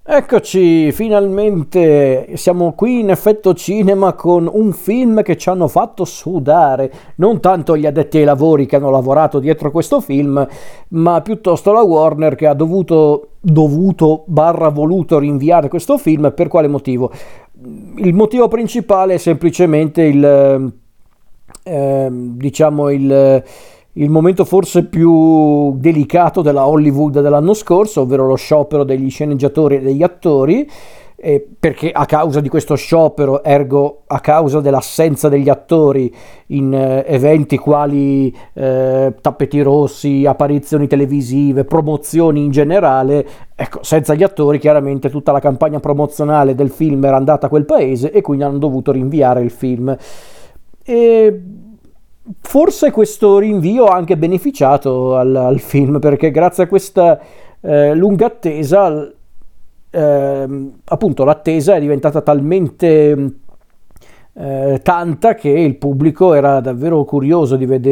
Eccoci, finalmente siamo qui in Effetto Cinema con un film che ci hanno fatto sudare, non tanto gli addetti ai lavori che hanno lavorato dietro questo film, ma piuttosto la Warner che ha dovuto barra voluto rinviare questo film. Per quale motivo? Il motivo principale è semplicemente diciamo il momento forse più delicato della Hollywood dell'anno scorso, ovvero lo sciopero degli sceneggiatori e degli attori, perché a causa di questo sciopero, ergo a causa dell'assenza degli attori in eventi quali tappeti rossi, apparizioni televisive, promozioni in generale, ecco, senza gli attori chiaramente tutta la campagna promozionale del film era andata a quel paese e quindi hanno dovuto rinviare il film. E forse questo rinvio ha anche beneficiato al film, perché grazie a questa lunga attesa, appunto l'attesa è diventata talmente tanta che il pubblico era davvero curioso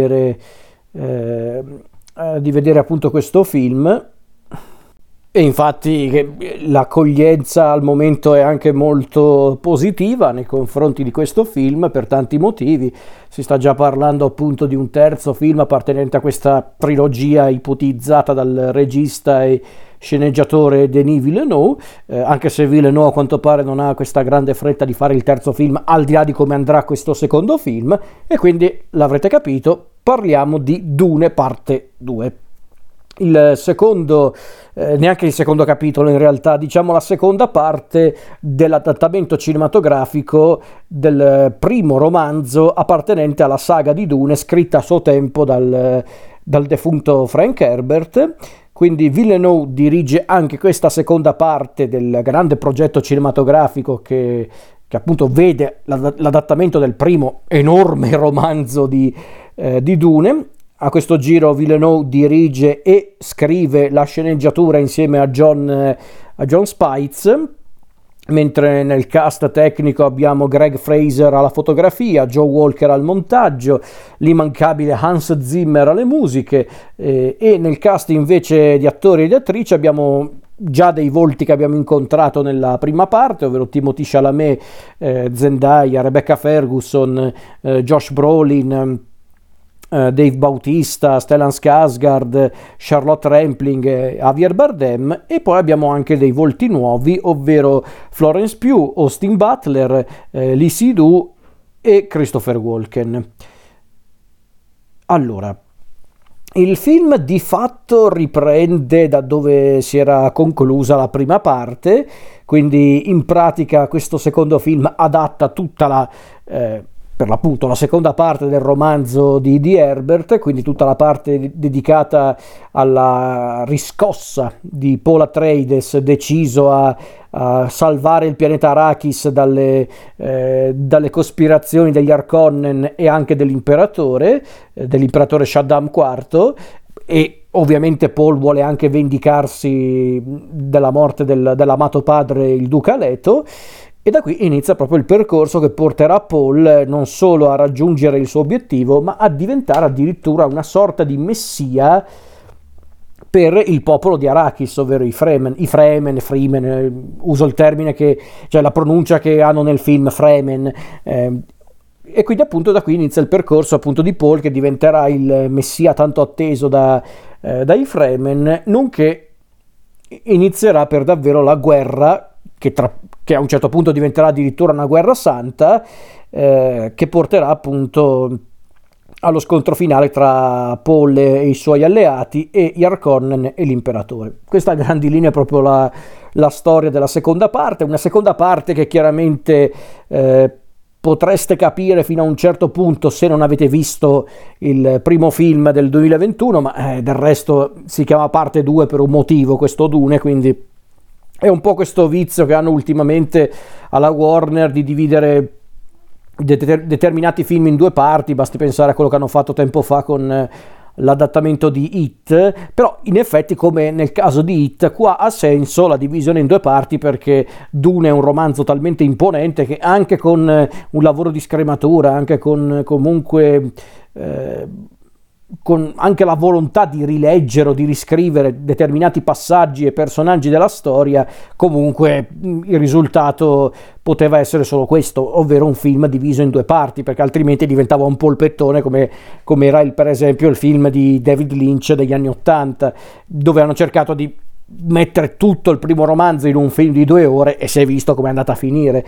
di vedere appunto questo film. E infatti l'accoglienza al momento è anche molto positiva nei confronti di questo film per tanti motivi. Si sta già parlando appunto di un terzo film appartenente a questa trilogia ipotizzata dal regista e sceneggiatore Denis Villeneuve, anche se Villeneuve a quanto pare non ha questa grande fretta di fare il terzo film, al di là di come andrà questo secondo film, e quindi l'avrete capito, parliamo di Dune parte 2. Il secondo, neanche il secondo capitolo in realtà, diciamo la seconda parte dell'adattamento cinematografico del primo romanzo appartenente alla saga di Dune, scritta a suo tempo dal defunto Frank Herbert. Quindi Villeneuve dirige anche questa seconda parte del grande progetto cinematografico che appunto vede l'adattamento del primo enorme romanzo di Dune. A questo giro Villeneuve dirige e scrive la sceneggiatura insieme a John Spites, mentre nel cast tecnico abbiamo Greg Fraser alla fotografia, Joe Walker al montaggio, l'immancabile Hans Zimmer alle musiche, e nel cast invece di attori e di attrici abbiamo già dei volti che abbiamo incontrato nella prima parte, ovvero Timothée Chalamet, Zendaya, Rebecca Ferguson, Josh Brolin, Dave Bautista, Stellan Skarsgård, Charlotte Rampling, Javier Bardem, e poi abbiamo anche dei volti nuovi, ovvero Florence Pugh, Austin Butler, Lee Seydoux e Christopher Walken. Allora, il film di fatto riprende da dove si era conclusa la prima parte, quindi in pratica questo secondo film adatta tutta per l'appunto la seconda parte del romanzo di Herbert, quindi tutta la parte dedicata alla riscossa di Paul Atreides, deciso a salvare il pianeta Arrakis dalle cospirazioni degli Harkonnen e anche dell'imperatore Shaddam IV, e ovviamente Paul vuole anche vendicarsi della morte dell'amato padre, il duca Leto. E da qui inizia proprio il percorso che porterà Paul non solo a raggiungere il suo obiettivo, ma a diventare addirittura una sorta di messia per il popolo di Arrakis, ovvero i Fremen, uso il termine cioè la pronuncia che hanno nel film, Fremen. E quindi appunto da qui inizia il percorso appunto di Paul, che diventerà il messia tanto atteso dai Fremen, nonché inizierà per davvero la guerra che a un certo punto diventerà addirittura una guerra santa, che porterà appunto allo scontro finale tra Paul e i suoi alleati e gli Harkonnen e l'imperatore. Questa a grandi linee è proprio la storia della seconda parte, una seconda parte che chiaramente potreste capire fino a un certo punto se non avete visto il primo film del 2021, ma del resto si chiama parte 2 per un motivo, questo Dune, quindi è un po' questo vizio che hanno ultimamente alla Warner di dividere determinati film in due parti. Basti pensare a quello che hanno fatto tempo fa con l'adattamento di It, però in effetti, come nel caso di It, qua ha senso la divisione in due parti, perché Dune è un romanzo talmente imponente che anche con un lavoro di scrematura, anche con comunque con anche la volontà di rileggere o di riscrivere determinati passaggi e personaggi della storia, comunque il risultato poteva essere solo questo, ovvero un film diviso in due parti, perché altrimenti diventava un polpettone come era per esempio il film di David Lynch degli anni '80, dove hanno cercato di mettere tutto il primo romanzo in un film di 2 ore e si è visto come è andata a finire.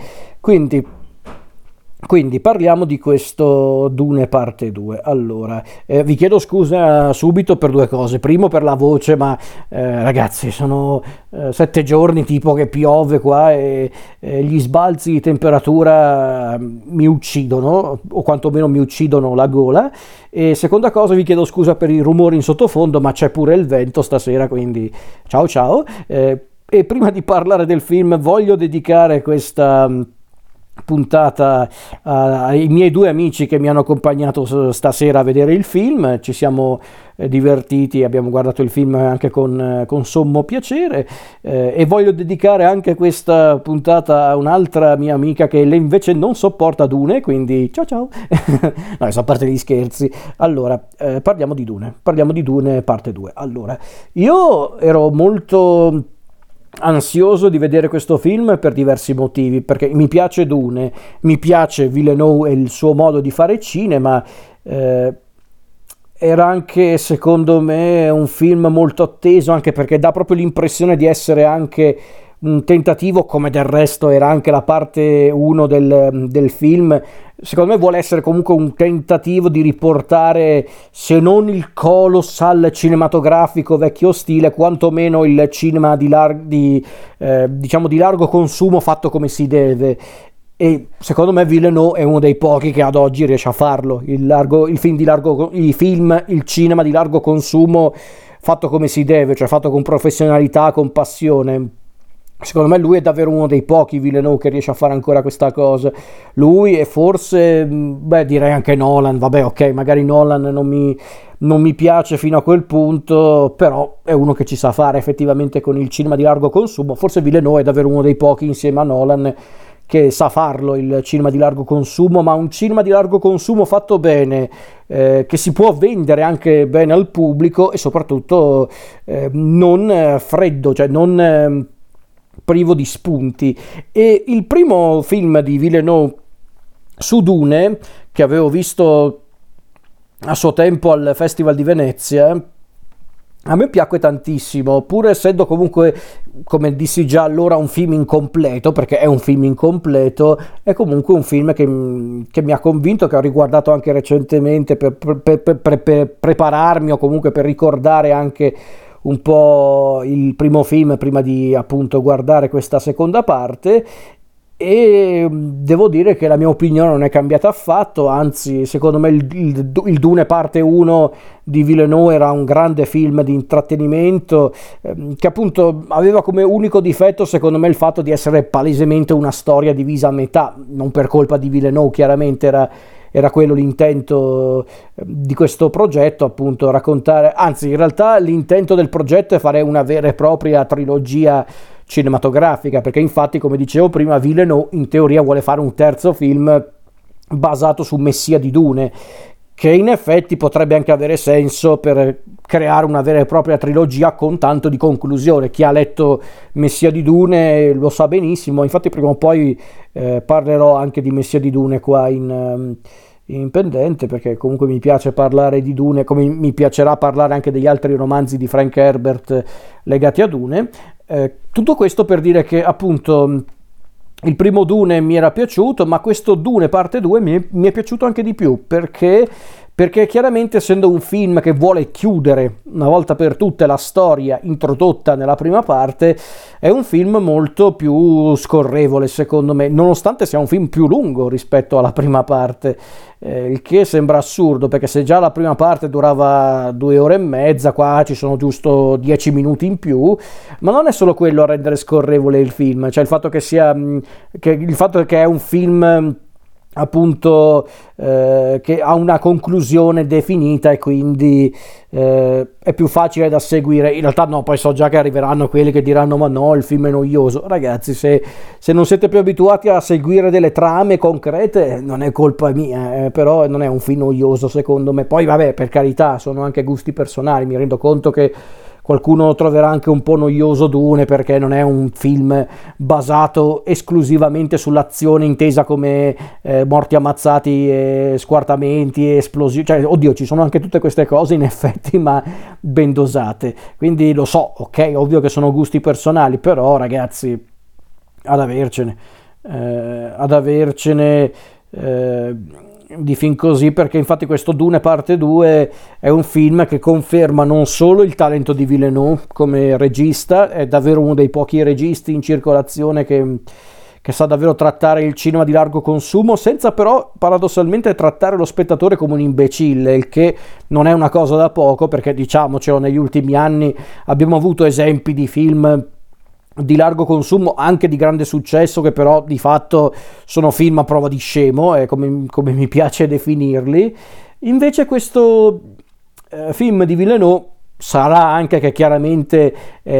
Quindi parliamo di questo Dune parte 2. Allora, vi chiedo scusa subito per due cose. Primo per la voce, ma ragazzi, sono 7 giorni tipo che piove qua e gli sbalzi di temperatura mi uccidono, o quantomeno mi uccidono la gola. E seconda cosa, vi chiedo scusa per i rumori in sottofondo, ma c'è pure il vento stasera, quindi ciao ciao. E prima di parlare del film voglio dedicare questa puntata ai miei due amici che mi hanno accompagnato stasera a vedere il film. Ci siamo divertiti, abbiamo guardato il film anche con sommo piacere, e voglio dedicare anche questa puntata a un'altra mia amica che lei invece non sopporta Dune, quindi ciao ciao. No, adesso, a parte gli scherzi. Allora, parliamo di Dune parte 2. Allora, io ero molto ansioso di vedere questo film per diversi motivi, perché mi piace Dune, mi piace Villeneuve e il suo modo di fare cinema. Era anche secondo me un film molto atteso, anche perché dà proprio l'impressione di essere anche un tentativo, come del resto era anche la parte 1 del film. Secondo me vuole essere comunque un tentativo di riportare, se non il colossal cinematografico vecchio stile, quantomeno il cinema diciamo di largo consumo fatto come si deve. E secondo me Villeneuve è uno dei pochi che ad oggi riesce a farlo, il cinema di largo consumo fatto come si deve, cioè fatto con professionalità, con passione. Secondo me lui è davvero uno dei pochi Villeneuve che riesce a fare ancora questa cosa. Lui e forse, direi anche Nolan. Vabbè, ok, magari Nolan non mi piace fino a quel punto, però è uno che ci sa fare effettivamente con il cinema di largo consumo. Forse Villeneuve è davvero uno dei pochi insieme a Nolan che sa farlo, il cinema di largo consumo, ma un cinema di largo consumo fatto bene, che si può vendere anche bene al pubblico e soprattutto non freddo, cioè non privo di spunti. E il primo film di Villeneuve su Dune, che avevo visto a suo tempo al Festival di Venezia, a me piacque tantissimo, pur essendo comunque, come dissi già allora, un film incompleto, perché è un film incompleto, è comunque un film che mi ha convinto, che ho riguardato anche recentemente per prepararmi, o comunque per ricordare anche un po' il primo film prima di appunto guardare questa seconda parte. E devo dire che la mia opinione non è cambiata affatto, anzi secondo me il Dune parte 1 di Villeneuve era un grande film di intrattenimento, che appunto aveva come unico difetto secondo me il fatto di essere palesemente una storia divisa a metà, non per colpa di Villeneuve, chiaramente era quello l'intento di questo progetto, appunto raccontare, anzi in realtà l'intento del progetto è fare una vera e propria trilogia cinematografica, perché infatti, come dicevo prima, Villeneuve in teoria vuole fare un terzo film basato su Messia di Dune, che in effetti potrebbe anche avere senso per creare una vera e propria trilogia con tanto di conclusione. Chi ha letto Messia di Dune lo sa benissimo, infatti prima o poi parlerò anche di Messia di Dune qua in pendente, perché comunque mi piace parlare di Dune, come mi piacerà parlare anche degli altri romanzi di Frank Herbert legati a Dune. Tutto questo per dire che appunto il primo Dune mi era piaciuto, ma questo Dune parte 2 mi è piaciuto anche di più, perché chiaramente, essendo un film che vuole chiudere una volta per tutte la storia introdotta nella prima parte, è un film molto più scorrevole secondo me, nonostante sia un film più lungo rispetto alla prima parte, il che sembra assurdo, perché se già la prima parte durava 2 ore e mezza, qua ci sono giusto 10 minuti in più. Ma non è solo quello a rendere scorrevole il film, cioè il fatto che è un film appunto che ha una conclusione definita e quindi è più facile da seguire. In realtà no, poi so già che arriveranno quelli che diranno ma no, il film è noioso. Ragazzi, se non siete più abituati a seguire delle trame concrete non è colpa mia, però non è un film noioso secondo me. Poi vabbè, per carità, sono anche gusti personali, mi rendo conto che qualcuno lo troverà anche un po' noioso Dune perché non è un film basato esclusivamente sull'azione intesa come morti ammazzati, e squartamenti, esplosioni, cioè oddio ci sono anche tutte queste cose in effetti ma ben dosate, quindi lo so, ok, ovvio che sono gusti personali, però ragazzi ad avercene, ad avercene eh, di film così, perché infatti questo Dune parte 2 è un film che conferma non solo il talento di Villeneuve come regista, è davvero uno dei pochi registi in circolazione che sa davvero trattare il cinema di largo consumo senza però paradossalmente trattare lo spettatore come un imbecille, il che non è una cosa da poco, perché diciamocelo, negli ultimi anni abbiamo avuto esempi di film di largo consumo, anche di grande successo, che però di fatto sono film a prova di scemo, come mi piace definirli. Invece questo film di Villeneuve sarà anche che chiaramente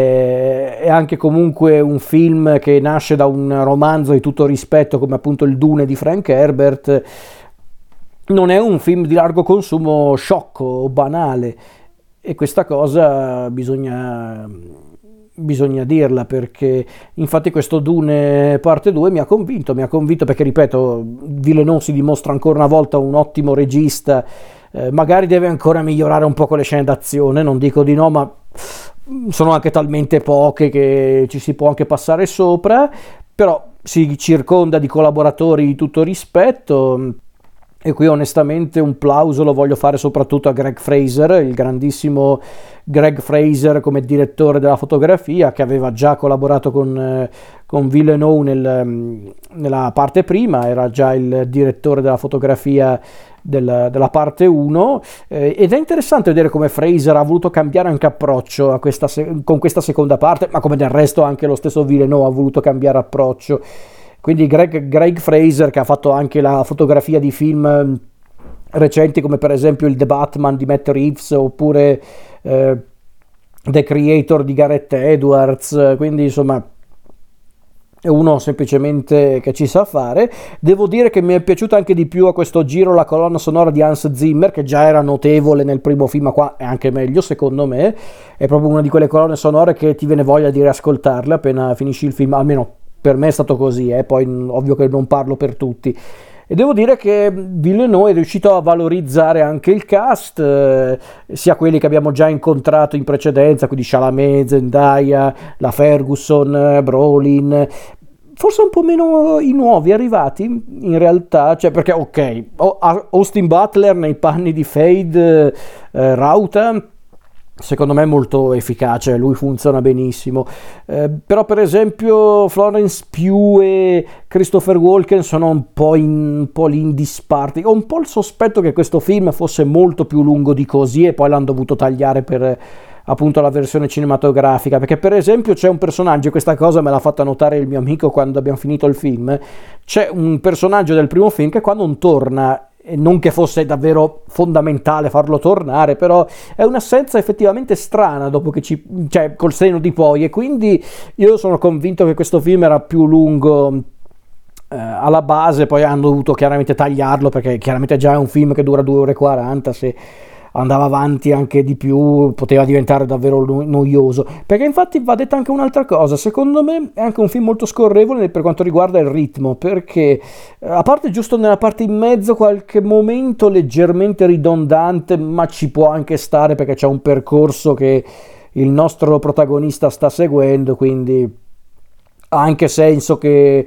è anche comunque un film che nasce da un romanzo di tutto rispetto come appunto il Dune di Frank Herbert, non è un film di largo consumo sciocco o banale, e questa cosa bisogna dirla, perché infatti questo Dune parte 2 mi ha convinto perché ripeto, Villeneuve si dimostra ancora una volta un ottimo regista, magari deve ancora migliorare un po' con le scene d'azione, non dico di no, ma sono anche talmente poche che ci si può anche passare sopra, però si circonda di collaboratori di tutto rispetto. E qui onestamente un plauso lo voglio fare soprattutto a Greg Fraser, il grandissimo Greg Fraser come direttore della fotografia, che aveva già collaborato con Villeneuve nella parte prima, era già il direttore della fotografia della parte 1, ed è interessante vedere come Fraser ha voluto cambiare anche approccio con questa seconda parte, ma come del resto anche lo stesso Villeneuve ha voluto cambiare approccio. Quindi Greg Fraser, che ha fatto anche la fotografia di film recenti come per esempio il The Batman di Matt Reeves oppure The Creator di Gareth Edwards, quindi insomma è uno semplicemente che ci sa fare. Devo dire che mi è piaciuta anche di più a questo giro la colonna sonora di Hans Zimmer, che già era notevole nel primo film, ma qua è anche meglio secondo me, è proprio una di quelle colonne sonore che ti viene voglia di riascoltarle appena finisci il film, almeno per me è stato così, poi ovvio che non parlo per tutti. E devo dire che Villeneuve è riuscito a valorizzare anche il cast, sia quelli che abbiamo già incontrato in precedenza, quindi Chalamet, Zendaya, la Ferguson, Brolin, forse un po' meno i nuovi arrivati in realtà, cioè perché ok, Austin Butler nei panni di Fade Rauta secondo me è molto efficace, lui funziona benissimo, però per esempio Florence Pugh e Christopher Walken sono un po' lì in disparte. Ho un po' il sospetto che questo film fosse molto più lungo di così e poi l'hanno dovuto tagliare per appunto la versione cinematografica, perché per esempio c'è un personaggio, questa cosa me l'ha fatta notare il mio amico quando abbiamo finito il film, c'è un personaggio del primo film che qua non torna, non che fosse davvero fondamentale farlo tornare, però è un'assenza effettivamente strana dopo che cioè col senno di poi, e quindi io sono convinto che questo film era più lungo alla base, poi hanno dovuto chiaramente tagliarlo perché chiaramente già è un film che dura 2 ore e 40, se andava avanti anche di più poteva diventare davvero noioso, perché infatti va detta anche un'altra cosa, secondo me è anche un film molto scorrevole per quanto riguarda il ritmo, perché a parte giusto nella parte in mezzo qualche momento leggermente ridondante, ma ci può anche stare perché c'è un percorso che il nostro protagonista sta seguendo, quindi ha anche senso che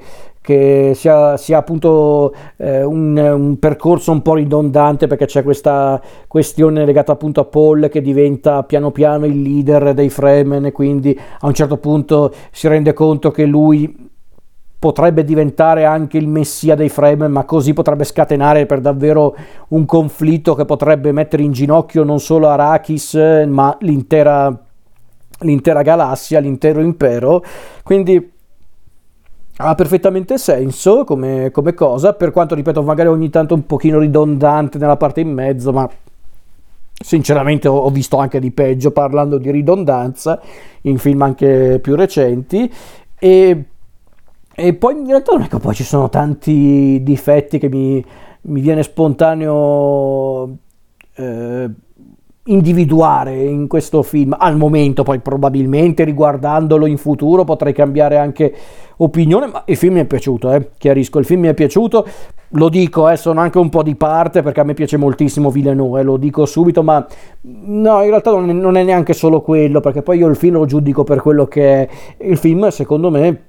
sia appunto un percorso un po' ridondante, perché c'è questa questione legata appunto a Paul che diventa piano piano il leader dei Fremen, e quindi a un certo punto si rende conto che lui potrebbe diventare anche il messia dei Fremen, ma così potrebbe scatenare per davvero un conflitto che potrebbe mettere in ginocchio non solo Arrakis ma l'intera galassia, l'intero impero. Quindi ha perfettamente senso come cosa, per quanto ripeto magari ogni tanto un pochino ridondante nella parte in mezzo, ma sinceramente ho visto anche di peggio parlando di ridondanza in film anche più recenti. E, e poi in realtà non è che poi ci sono tanti difetti che mi viene spontaneo eh, individuare in questo film al momento. Poi probabilmente riguardandolo in futuro potrei cambiare anche opinione, ma il film mi è piaciuto, chiarisco, il film mi è piaciuto, lo dico, sono anche un po' di parte perché a me piace moltissimo Villeneuve, lo dico subito, ma no, in realtà non è neanche solo quello, perché poi io il film lo giudico per quello che è. Il film secondo me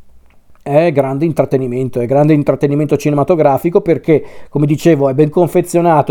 è grande intrattenimento cinematografico perché, come dicevo, è ben confezionato,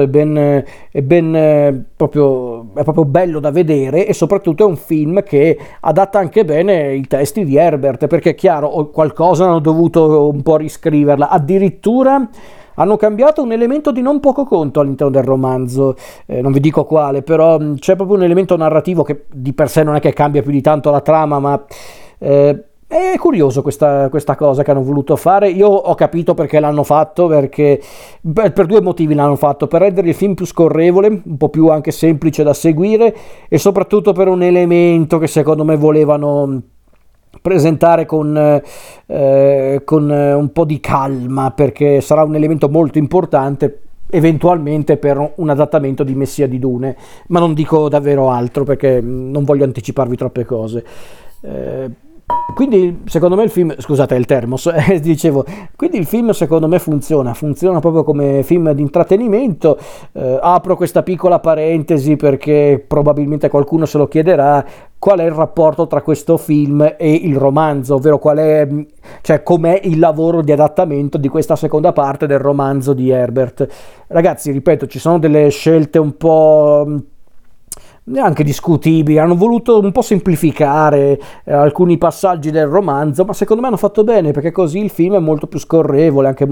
è proprio bello da vedere, e soprattutto è un film che adatta anche bene i testi di Herbert, perché è chiaro, qualcosa hanno dovuto un po' riscriverla, addirittura hanno cambiato un elemento di non poco conto all'interno del romanzo, non vi dico quale, però c'è proprio un elemento narrativo che di per sé non è che cambia più di tanto la trama, ma è curioso questa cosa che hanno voluto fare. Io ho capito perché l'hanno fatto, perché per due motivi l'hanno fatto: per rendere il film più scorrevole, un po' più anche semplice da seguire, e soprattutto per un elemento che secondo me volevano presentare con un po' di calma, perché sarà un elemento molto importante eventualmente per un adattamento di Messia di Dune, ma non dico davvero altro perché non voglio anticiparvi troppe cose. Quindi secondo me il film, scusate il termos, dicevo, quindi il film secondo me funziona proprio come film di intrattenimento. Apro questa piccola parentesi perché probabilmente qualcuno se lo chiederà: qual è il rapporto tra questo film e il romanzo, ovvero cioè com'è il lavoro di adattamento di questa seconda parte del romanzo di Herbert. Ragazzi, ripeto, ci sono delle scelte un po' neanche discutibili, hanno voluto un po' semplificare alcuni passaggi del romanzo, ma secondo me hanno fatto bene, perché così il film è molto più scorrevole, anche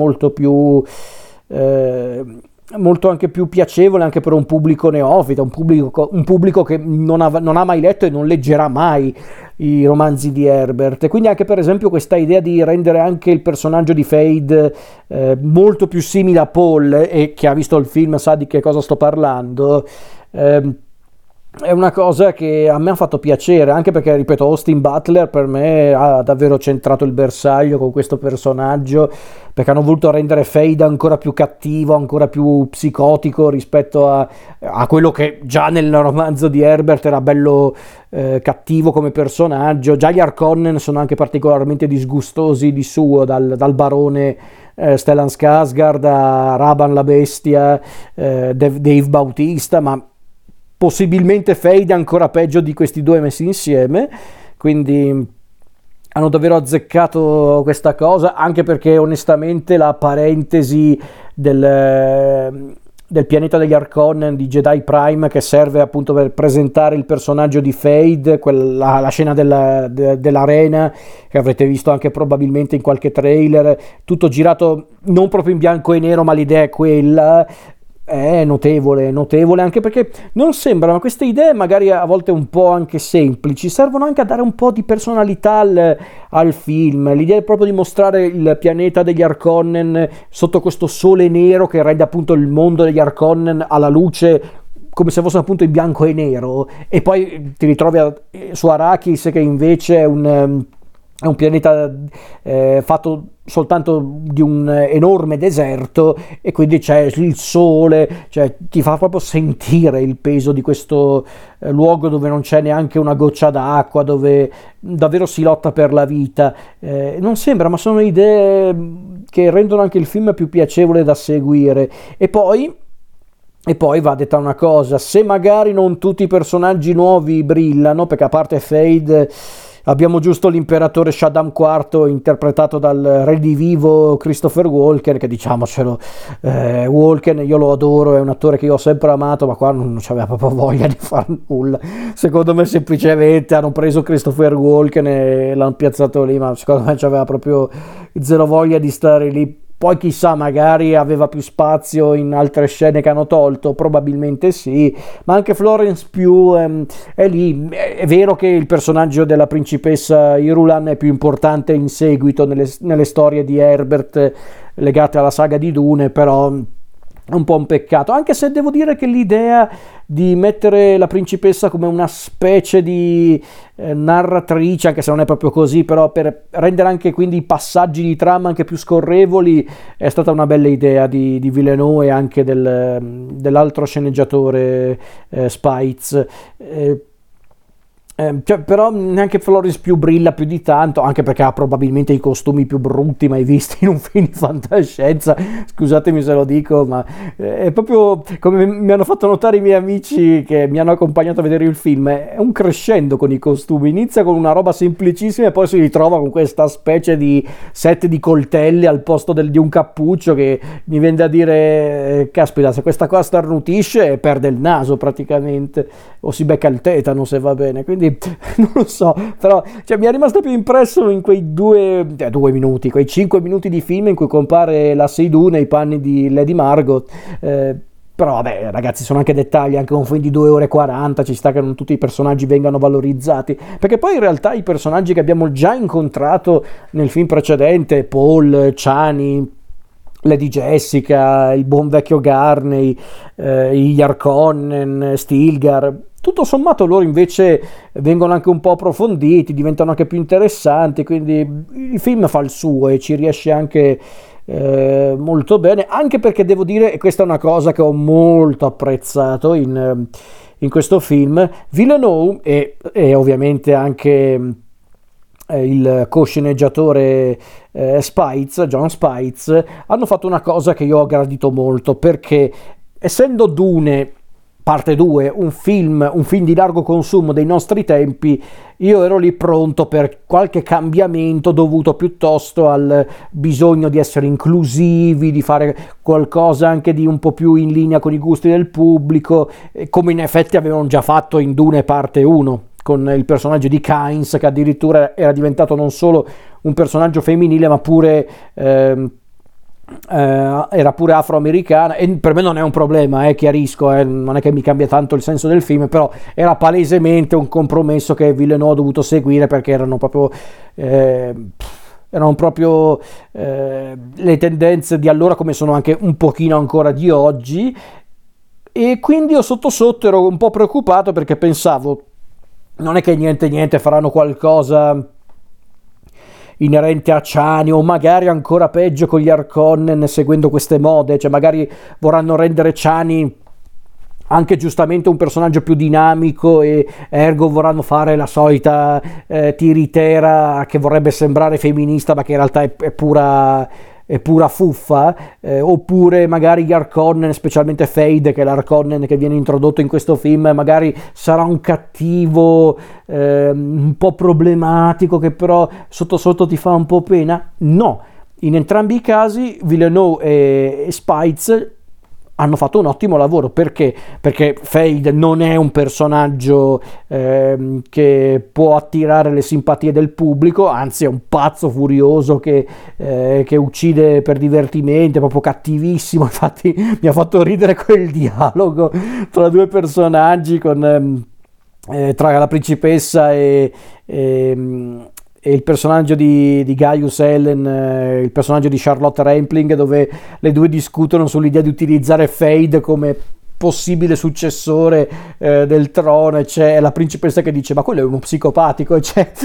eh, molto anche più piacevole anche per un pubblico neofita, un pubblico che non ha mai letto e non leggerà mai i romanzi di Herbert. E quindi anche per esempio questa idea di rendere anche il personaggio di Fade molto più simile a Paul, e chi ha visto il film sa di che cosa sto parlando. È una cosa che a me ha fatto piacere, anche perché, ripeto, Austin Butler per me ha davvero centrato il bersaglio con questo personaggio, perché hanno voluto rendere Fade ancora più cattivo, ancora più psicotico rispetto a quello che già nel romanzo di Herbert era bello cattivo come personaggio. Già gli Harkonnen sono anche particolarmente disgustosi di suo, dal barone Stellan Skarsgård a Raban la bestia, Dave Bautista, ma possibilmente Fade ancora peggio di questi due messi insieme. Quindi hanno davvero azzeccato questa cosa, anche perché onestamente la parentesi del pianeta degli Harkonnen di Jedi Prime, che serve appunto per presentare il personaggio di Fade, la scena dell'arena che avrete visto anche probabilmente in qualche trailer, tutto girato non proprio in bianco e nero, ma l'idea è quella. È notevole, anche perché non sembrano queste idee, magari a volte un po' anche semplici, servono anche a dare un po' di personalità al film. L'idea è proprio di mostrare il pianeta degli Harkonnen sotto questo sole nero che rende appunto il mondo degli Harkonnen alla luce, come se fosse appunto in bianco e nero, e poi ti ritrovi su Arrakis che invece è un pianeta fatto soltanto di un enorme deserto, e quindi c'è il sole, cioè ti fa proprio sentire il peso di questo luogo dove non c'è neanche una goccia d'acqua, dove davvero si lotta per la vita. Non sembra, ma sono idee che rendono anche il film più piacevole da seguire. E poi va detta una cosa: se magari non tutti i personaggi nuovi brillano, perché a parte Fade abbiamo giusto l'imperatore Shaddam IV interpretato dal redivivo Christopher Walken, che diciamocelo, Walken io lo adoro, è un attore che io ho sempre amato, ma qua non c'aveva proprio voglia di far nulla. Secondo me semplicemente hanno preso Christopher Walken e l'hanno piazzato lì, ma secondo me c'aveva proprio zero voglia di stare lì. Poi chissà, magari aveva più spazio in altre scene che hanno tolto, probabilmente sì, ma anche Florence Pugh è lì. È vero che il personaggio della principessa Irulan è più importante in seguito nelle storie di Herbert legate alla saga di Dune, però è un po' un peccato, anche se devo dire che l'idea di mettere la principessa come una specie di narratrice, anche se non è proprio così, però per rendere anche quindi i passaggi di trama anche più scorrevoli, è stata una bella idea di Villeneuve e anche dell'altro sceneggiatore Spites. Però neanche Florence più brilla più di tanto, anche perché ha probabilmente i costumi più brutti mai visti in un film di fantascienza, scusatemi se lo dico, ma è proprio come mi hanno fatto notare i miei amici che mi hanno accompagnato a vedere il film, è un crescendo con i costumi, inizia con una roba semplicissima e poi si ritrova con questa specie di set di coltelli al posto di un cappuccio, che mi viene da dire, caspita, se questa cosa starnutisce perde il naso praticamente, o si becca il tetano se va bene, quindi non lo so, però cioè, mi è rimasto più impresso in quei due minuti, quei 5 minuti di film in cui compare la Seydoux nei panni di Lady Margot. Però vabbè, ragazzi, sono anche dettagli, anche un film di 2 ore e 40 ci sta che non tutti i personaggi vengano valorizzati, perché poi in realtà i personaggi che abbiamo già incontrato nel film precedente, Paul, Chani, Lady Jessica, il buon vecchio Garney, gli Harkonnen, Stilgar, tutto sommato loro invece vengono anche un po' approfonditi, diventano anche più interessanti, quindi il film fa il suo e ci riesce anche molto bene, anche perché devo dire, e questa è una cosa che ho molto apprezzato in questo film, Villeneuve e ovviamente anche il co-sceneggiatore John Spites, hanno fatto una cosa che io ho gradito molto, perché essendo Dune parte 2 un film di largo consumo dei nostri tempi, io ero lì pronto per qualche cambiamento dovuto piuttosto al bisogno di essere inclusivi, di fare qualcosa anche di un po' più in linea con i gusti del pubblico, come in effetti avevano già fatto in Dune parte 1, con il personaggio di Kynes, che addirittura era diventato non solo un personaggio femminile, ma pure era pure afroamericana, e per me non è un problema, chiarisco, non è che mi cambia tanto il senso del film, però era palesemente un compromesso che Villeneuve ha dovuto seguire, perché erano proprio le tendenze di allora, come sono anche un pochino ancora di oggi, e quindi io sotto sotto ero un po' preoccupato, perché pensavo, non è che niente faranno qualcosa inerente a Chani, o magari ancora peggio con gli Harkonnen, seguendo queste mode, cioè magari vorranno rendere Chani anche giustamente un personaggio più dinamico, e ergo vorranno fare la solita tiritera che vorrebbe sembrare femminista ma che in realtà è pura fuffa, oppure magari gli Harkonnen, specialmente Fade, che è l'Harkonnen che viene introdotto in questo film, magari sarà un cattivo un po' problematico, che però sotto sotto ti fa un po' pena. No, in entrambi i casi Villeneuve e Spites hanno fatto un ottimo lavoro. Perché Fade non è un personaggio che può attirare le simpatie del pubblico, anzi è un pazzo furioso che uccide per divertimento, è proprio cattivissimo. Infatti mi ha fatto ridere quel dialogo tra due personaggi, tra la principessa e il personaggio di Gaius Ellen, il personaggio di Charlotte Rampling, dove le due discutono sull'idea di utilizzare Fade come possibile successore del trono, e c'è la principessa che dice ma quello è uno psicopatico,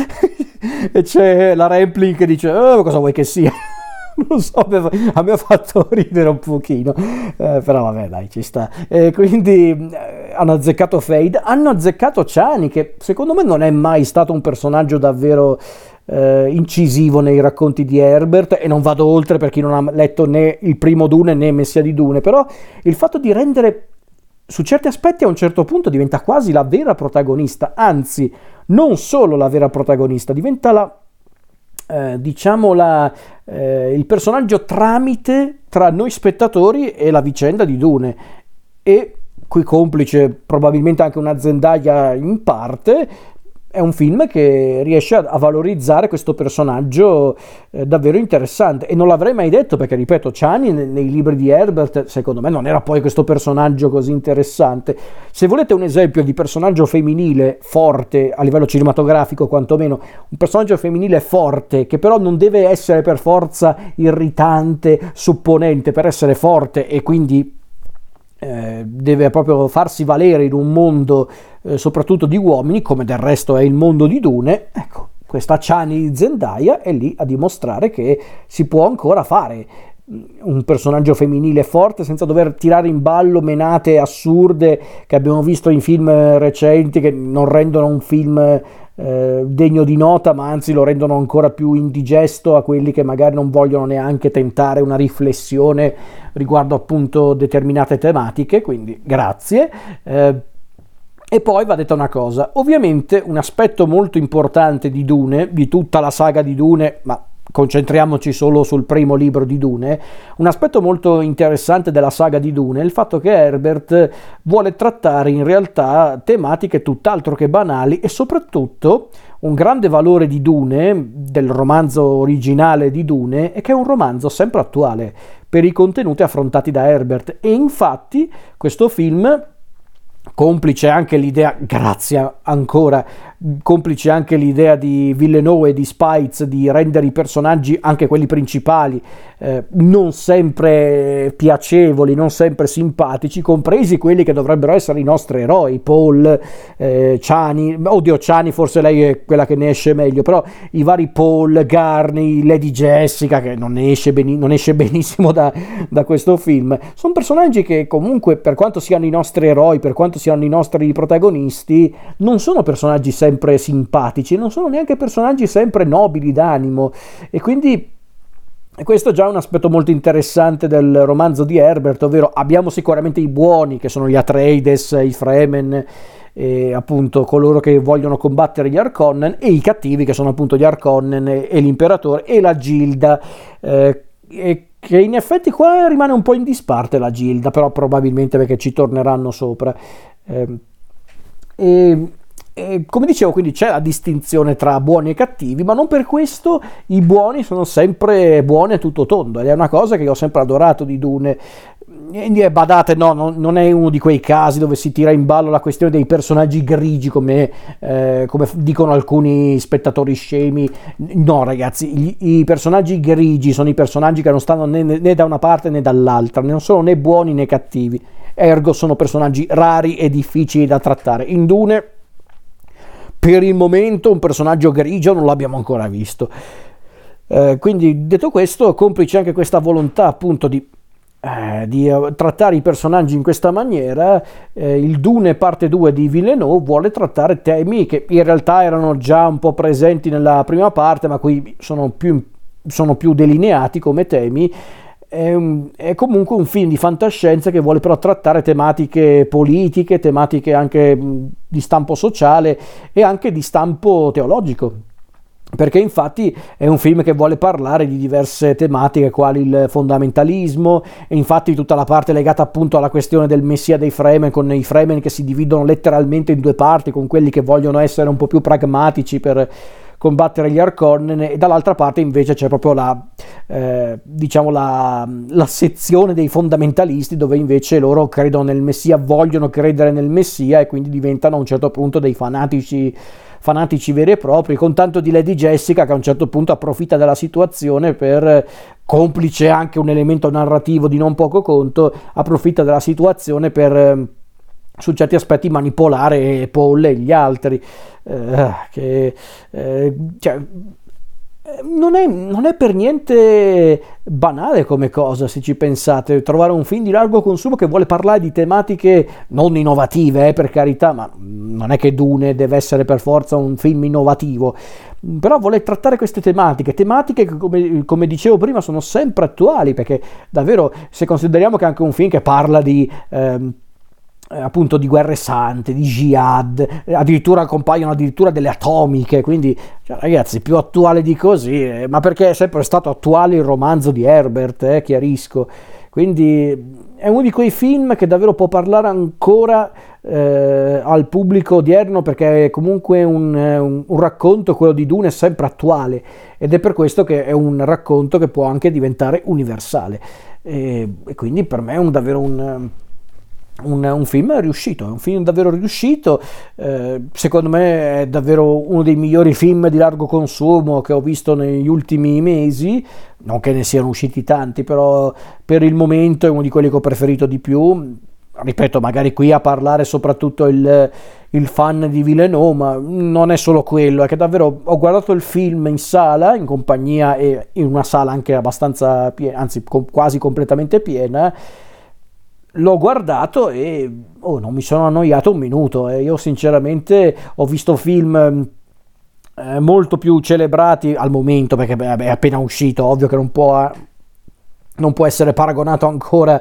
e c'è la Rampling che dice cosa vuoi che sia? Non so, a me ha fatto ridere un pochino, però vabbè dai, ci sta. Quindi hanno azzeccato Fade, hanno azzeccato Chani, che secondo me non è mai stato un personaggio davvero incisivo nei racconti di Herbert, e non vado oltre per chi non ha letto né il primo Dune né Messia di Dune, però il fatto di rendere, su certi aspetti a un certo punto diventa quasi la vera protagonista, anzi non solo la vera protagonista, diventa il personaggio tramite tra noi spettatori e la vicenda di Dune, e qui complice probabilmente anche una Zendaya in parte, è un film che riesce a valorizzare questo personaggio davvero interessante, e non l'avrei mai detto perché, ripeto, Chani nei libri di Herbert secondo me non era poi questo personaggio così interessante. Se volete un esempio di personaggio femminile forte a livello cinematografico, quantomeno un personaggio femminile forte che però non deve essere per forza irritante, supponente per essere forte, e quindi deve proprio farsi valere in un mondo soprattutto di uomini, come del resto è il mondo di Dune. Ecco, questa Chani Zendaya è lì a dimostrare che si può ancora fare un personaggio femminile forte senza dover tirare in ballo menate assurde che abbiamo visto in film recenti, che non rendono un film degno di nota, ma anzi lo rendono ancora più indigesto a quelli che magari non vogliono neanche tentare una riflessione riguardo appunto determinate tematiche. Quindi grazie. E poi va detta una cosa: ovviamente un aspetto molto importante di Dune, di tutta la saga di Dune, ma concentriamoci solo sul primo libro di Dune, un aspetto molto interessante della saga di Dune è il fatto che Herbert vuole trattare in realtà tematiche tutt'altro che banali, e soprattutto un grande valore di Dune, del romanzo originale di Dune, è che è un romanzo sempre attuale per i contenuti affrontati da Herbert. E infatti questo film, complice anche l'idea, grazie ancora, complice anche l'idea di Villeneuve e di Spies di rendere i personaggi, anche quelli principali, non sempre piacevoli, non sempre simpatici, compresi quelli che dovrebbero essere i nostri eroi, Paul, Chani, oddio Chani forse lei è quella che ne esce meglio, però i vari Paul, Gurney, Lady Jessica, che non esce benissimo da questo film, sono personaggi che comunque, per quanto siano i nostri eroi, per quanto siano i nostri protagonisti, non sono personaggi sempre simpatici, non sono neanche personaggi sempre nobili d'animo, e quindi questo è già un aspetto molto interessante del romanzo di Herbert, ovvero abbiamo sicuramente i buoni, che sono gli Atreides, i Fremen, e appunto coloro che vogliono combattere gli Harkonnen, e i cattivi, che sono appunto gli Harkonnen e l'imperatore e la Gilda, e che in effetti qua rimane un po' in disparte la Gilda, però probabilmente perché ci torneranno sopra. E come dicevo, quindi c'è la distinzione tra buoni e cattivi, ma non per questo i buoni sono sempre buoni a tutto tondo, ed è una cosa che io ho sempre adorato di Dune. E badate, no, non è uno di quei casi dove si tira in ballo la questione dei personaggi grigi, come dicono alcuni spettatori scemi. No ragazzi, i personaggi grigi sono i personaggi che non stanno né da una parte né dall'altra, non sono né buoni né cattivi, ergo sono personaggi rari e difficili da trattare. In Dune per il momento un personaggio grigio non l'abbiamo ancora visto. Quindi, detto questo, complice anche questa volontà appunto di trattare i personaggi in questa maniera, il Dune parte 2 di Villeneuve vuole trattare temi che in realtà erano già un po' presenti nella prima parte, ma qui sono più delineati come temi. È comunque un film di fantascienza che vuole però trattare tematiche politiche, tematiche anche di stampo sociale e anche di stampo teologico, perché infatti è un film che vuole parlare di diverse tematiche quali il fondamentalismo, e infatti tutta la parte legata appunto alla questione del messia dei Fremen, con i Fremen che si dividono letteralmente in due parti, con quelli che vogliono essere un po' più pragmatici per combattere gli Harkonnen, e dall'altra parte invece c'è proprio la sezione dei fondamentalisti, dove invece loro credono nel messia, vogliono credere nel messia, e quindi diventano a un certo punto dei fanatici veri e propri, con tanto di Lady Jessica che a un certo punto approfitta della situazione per, complice anche un elemento narrativo di non poco conto, approfitta della situazione per su certi aspetti manipolare Paul e gli altri, non è per niente banale come cosa, se ci pensate, trovare un film di largo consumo che vuole parlare di tematiche non innovative, per carità, ma non è che Dune deve essere per forza un film innovativo, però vuole trattare queste tematiche che come dicevo prima sono sempre attuali, perché davvero, se consideriamo che è anche un film che parla di appunto di guerre sante, di jihad, addirittura compaiono addirittura delle atomiche, quindi ragazzi, più attuale di così, ma perché è sempre stato attuale il romanzo di Herbert, chiarisco, quindi è uno di quei film che davvero può parlare ancora al pubblico odierno, perché è comunque un racconto, quello di Dune, è sempre attuale, ed è per questo che è un racconto che può anche diventare universale, e quindi per me è davvero un film riuscito, è un film davvero riuscito, secondo me è davvero uno dei migliori film di largo consumo che ho visto negli ultimi mesi, non che ne siano usciti tanti, però per il momento è uno di quelli che ho preferito di più. Ripeto, magari qui a parlare soprattutto il fan di Villeneuve, ma non è solo quello, è che davvero ho guardato il film in sala, in compagnia, e in una sala anche abbastanza piena, anzi quasi completamente piena. L'ho guardato e non mi sono annoiato un minuto. Io sinceramente ho visto film molto più celebrati al momento, perché è appena uscito, ovvio che non può essere paragonato ancora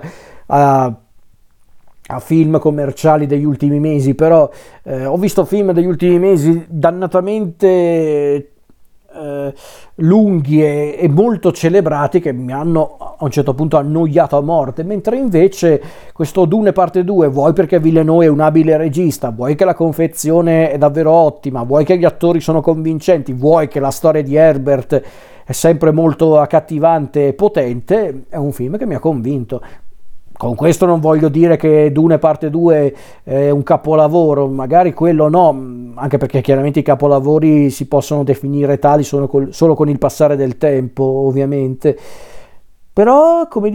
a film commerciali degli ultimi mesi, però ho visto film degli ultimi mesi dannatamente lunghi e molto celebrati, che mi hanno a un certo punto annoiato a morte, mentre invece questo Dune parte 2, vuoi perché Villeneuve è un abile regista, vuoi che la confezione è davvero ottima, vuoi che gli attori sono convincenti, vuoi che la storia di Herbert è sempre molto accattivante e potente, è un film che mi ha convinto. Con questo non voglio dire che Dune parte 2 è un capolavoro, magari quello no, anche perché chiaramente i capolavori si possono definire tali solo con il passare del tempo, ovviamente. Però, come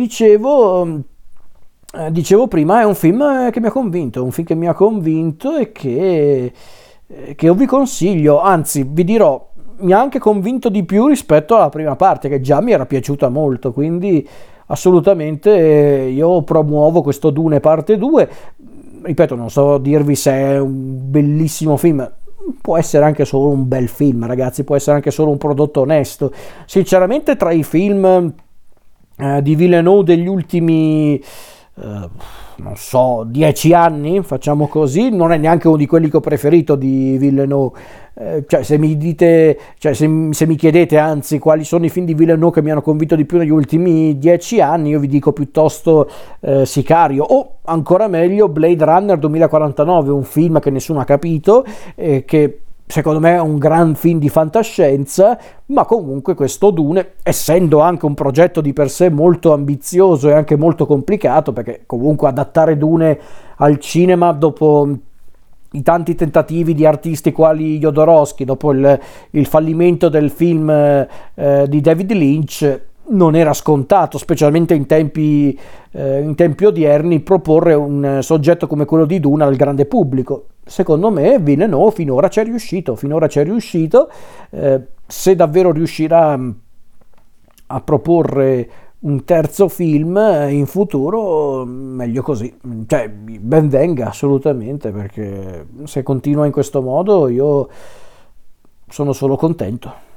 dicevo prima, è un film che mi ha convinto, è un film che mi ha convinto e che io vi consiglio, anzi vi dirò, mi ha anche convinto di più rispetto alla prima parte, che già mi era piaciuta molto, quindi assolutamente io promuovo questo Dune parte 2. Ripeto, non so dirvi se è un bellissimo film, può essere anche solo un bel film, ragazzi, può essere anche solo un prodotto onesto. Sinceramente, tra i film di Villeneuve degli ultimi non so, 10 anni, facciamo così, non è neanche uno di quelli che ho preferito di Villeneuve. Cioè, se mi dite, cioè, se mi chiedete anzi quali sono i film di Villeneuve che mi hanno convinto di più negli ultimi 10 anni, io vi dico piuttosto Sicario, o ancora meglio Blade Runner 2049, un film che nessuno ha capito, che secondo me è un gran film di fantascienza, ma comunque questo Dune, essendo anche un progetto di per sé molto ambizioso e anche molto complicato, perché comunque adattare Dune al cinema dopo i tanti tentativi di artisti quali Jodorowsky, dopo il fallimento del film di David Lynch, non era scontato, specialmente in tempi odierni, proporre un soggetto come quello di Dune al grande pubblico. Secondo me Villeneuve finora ci è riuscito, se davvero riuscirà a proporre un terzo film in futuro, meglio così, cioè ben venga assolutamente, perché se continua in questo modo io sono solo contento.